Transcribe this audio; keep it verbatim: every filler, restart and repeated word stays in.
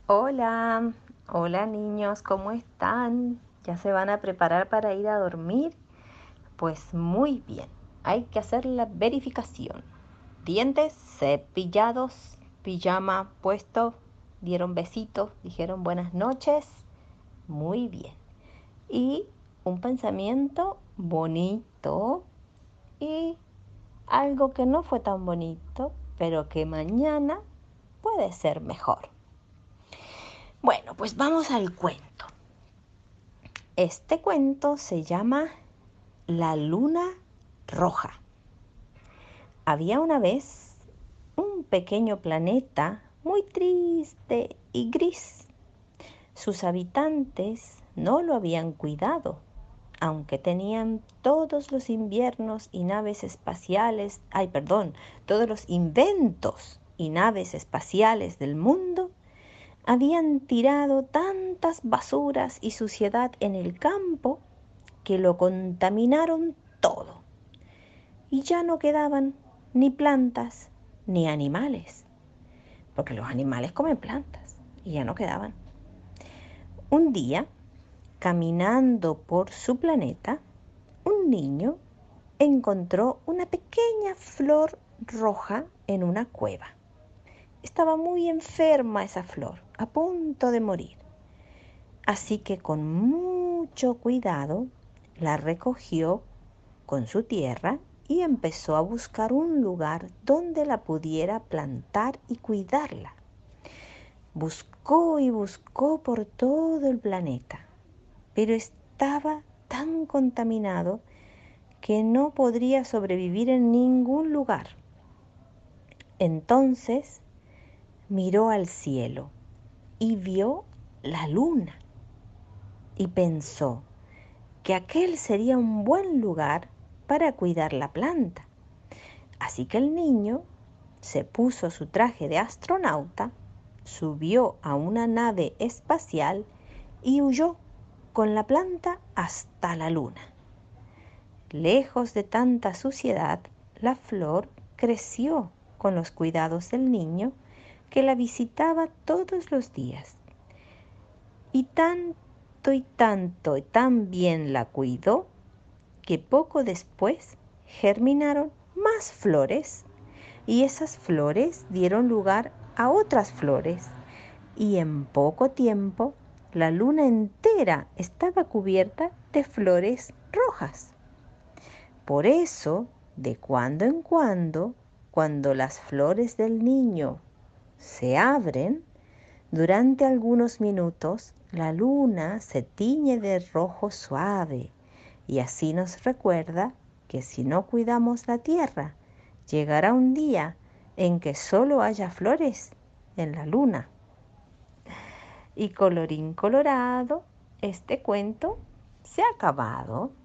Hola, hola niños, ¿cómo están? ¿Ya se van a preparar para ir a dormir? Pues muy bien, hay que hacer la verificación. Dientes cepillados, pijama puesto, dieron besitos, dijeron buenas noches. Muy bien. Y un pensamiento bonito y algo que no fue tan bonito, pero que mañana puede ser mejor. Bueno, pues vamos al cuento. Este cuento se llama La Luna Roja. Había una vez un pequeño planeta muy triste y gris. Sus habitantes no lo habían cuidado, aunque tenían todos los inviernos y naves espaciales, ay, perdón, todos los inventos y naves espaciales del mundo. Habían tirado tantas basuras y suciedad en el campo que lo contaminaron todo. Y ya no quedaban ni plantas ni animales, porque los animales comen plantas y ya no quedaban. Un día, caminando por su planeta, un niño encontró una pequeña flor roja en una cueva. Estaba muy enferma esa flor, a punto de morir. Así que con mucho cuidado la recogió con su tierra y empezó a buscar un lugar donde la pudiera plantar y cuidarla. Buscó y buscó por todo el planeta, pero estaba tan contaminado que no podría sobrevivir en ningún lugar. Entonces miró al cielo y vio la luna y pensó que aquel sería un buen lugar para cuidar la planta. Así que el niño se puso su traje de astronauta, subió a una nave espacial y huyó con la planta hasta la luna. Lejos de tanta suciedad, la flor creció con los cuidados del niño, que la visitaba todos los días. Y tanto y tanto y tan bien la cuidó que poco después germinaron más flores y esas flores dieron lugar a otras flores y en poco tiempo la luna entera estaba cubierta de flores rojas. Por eso, de cuando en cuando, cuando las flores del niño se abren, durante algunos minutos la luna se tiñe de rojo suave y así nos recuerda que si no cuidamos la tierra, llegará un día en que solo haya flores en la luna. Y colorín colorado, este cuento se ha acabado.